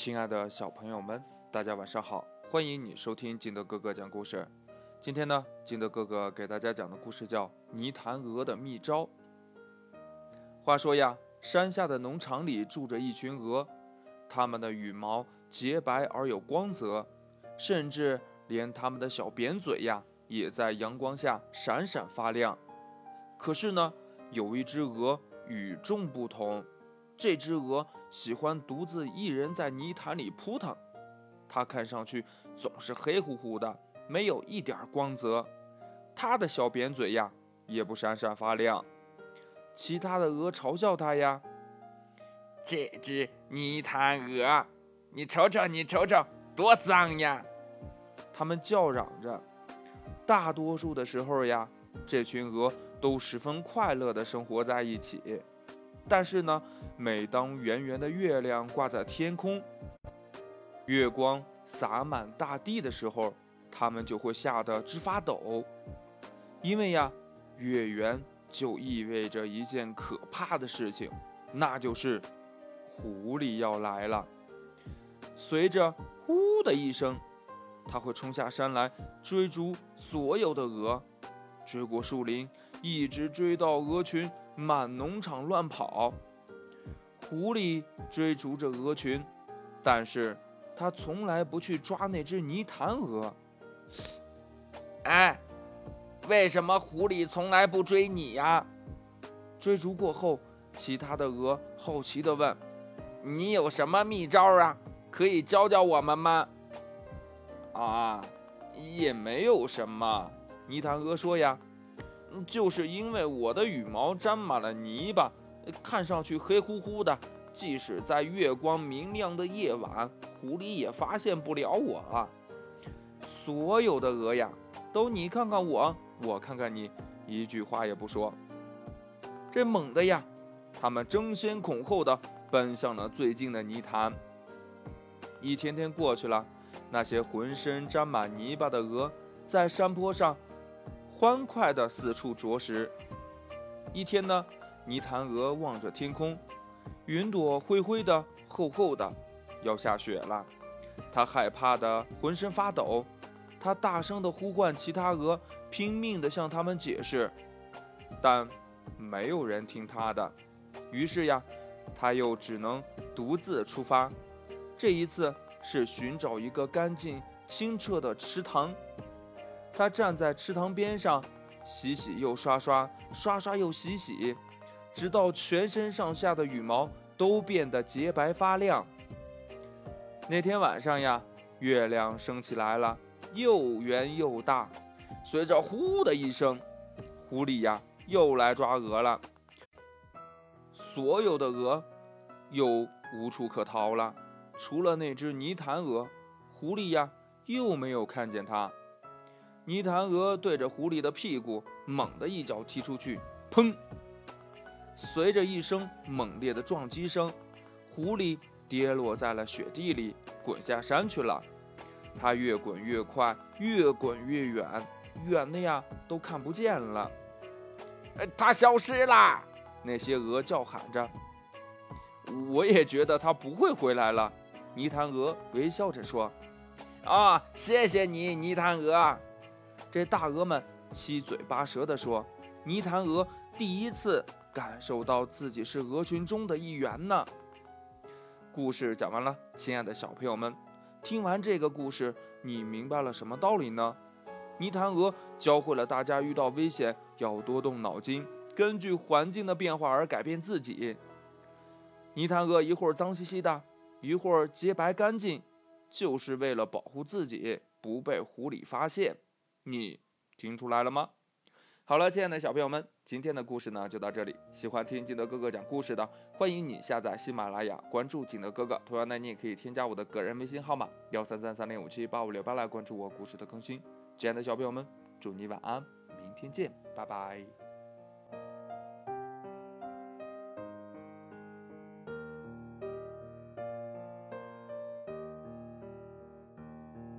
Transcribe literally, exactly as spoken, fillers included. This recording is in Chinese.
亲爱的小朋友们，大家晚上好，欢迎你收听金德哥哥讲故事。今天呢，金德哥哥给大家讲的故事叫《泥潭鹅的秘招》。话说呀，山下的农场里住着一群鹅，它们的羽毛洁白而有光泽，甚至连它们的小扁嘴呀，也在阳光下闪闪发亮。可是呢，有一只鹅与众不同，这只鹅喜欢独自一人在泥潭里扑腾，它看上去总是黑乎乎的，没有一点光泽，它的小扁嘴呀也不闪闪发亮。其他的鹅嘲笑它呀：“ 这只泥潭鹅，你瞅瞅，你瞅瞅，多脏呀！” 它们叫嚷着。大多数的时候呀，这群鹅都十分快乐地生活在一起。但是呢，每当圆圆的月亮挂在天空，月光洒满大地的时候，它们就会吓得直发抖。因为呀，月圆就意味着一件可怕的事情，那就是狐狸要来了。随着呼的一声，它会冲下山来追逐所有的鹅，追过树林，一直追到鹅群满农场乱跑。狐狸追逐着鹅群，但是它从来不去抓那只泥潭鹅。 哎，为什么狐狸从来不追你呀？ 追逐过后，其他的鹅好奇地问：“ 你有什么秘招啊？可以教教我们吗？” 啊，也没有什么。泥潭鹅说呀，就是因为我的羽毛沾满了泥巴，看上去黑乎乎的，即使在月光明亮的夜晚，狐狸也发现不了我啊。所有的鹅呀，都你看看我，我看看你，一句话也不说。这猛的呀，它们争先恐后的奔向了最近的泥潭。一天天过去了，那些浑身沾满泥巴的鹅在山坡上欢快地四处啄食。一天呢，泥潭鹅望着天空，云朵灰灰的、厚厚的，要下雪了。它害怕得浑身发抖，它大声地呼唤其他鹅，拼命地向它们解释，但没有人听它的。于是呀，它又只能独自出发。这一次是寻找一个干净清澈的池塘。他站在池塘边上，洗洗又刷刷，刷刷又洗洗，直到全身上下的羽毛都变得洁白发亮。那天晚上呀，月亮升起来了，又圆又大。随着呼的一声，狐狸呀又来抓鹅了。所有的鹅又无处可逃了，除了那只泥潭鹅，狐狸呀又没有看见它。泥潭鹅对着狐狸的屁股猛地一脚踢出去，砰！随着一声猛烈的撞击声，狐狸跌落在了雪地里，滚下山去了。它越滚越快，越滚越远，远的呀都看不见了。 它消失了！ 那些鹅叫喊着。我也觉得它不会回来了。泥潭鹅微笑着说：“ 哦，谢谢你，泥潭鹅。” 这大鹅们七嘴八舌地说：“泥潭鹅第一次感受到自己是鹅群中的一员呢。”故事讲完了，亲爱的小朋友们，听完这个故事，你明白了什么道理呢？泥潭鹅教会了大家遇到危险要多动脑筋，根据环境的变化而改变自己。泥潭鹅一会儿脏兮兮的，一会儿洁白干净，就是为了保护自己不被狐狸发现。你听出来了吗？好了，亲爱的小朋友们，今天的故事呢就到这里。喜欢听金德哥哥讲故事的，欢迎你下载喜马拉雅，关注金德哥哥。同样呢，你也可以添加我的个人微信号码幺三三三零五七八五六八来关注我故事的更新。亲爱的小朋友们，祝你晚安，明天见，拜拜。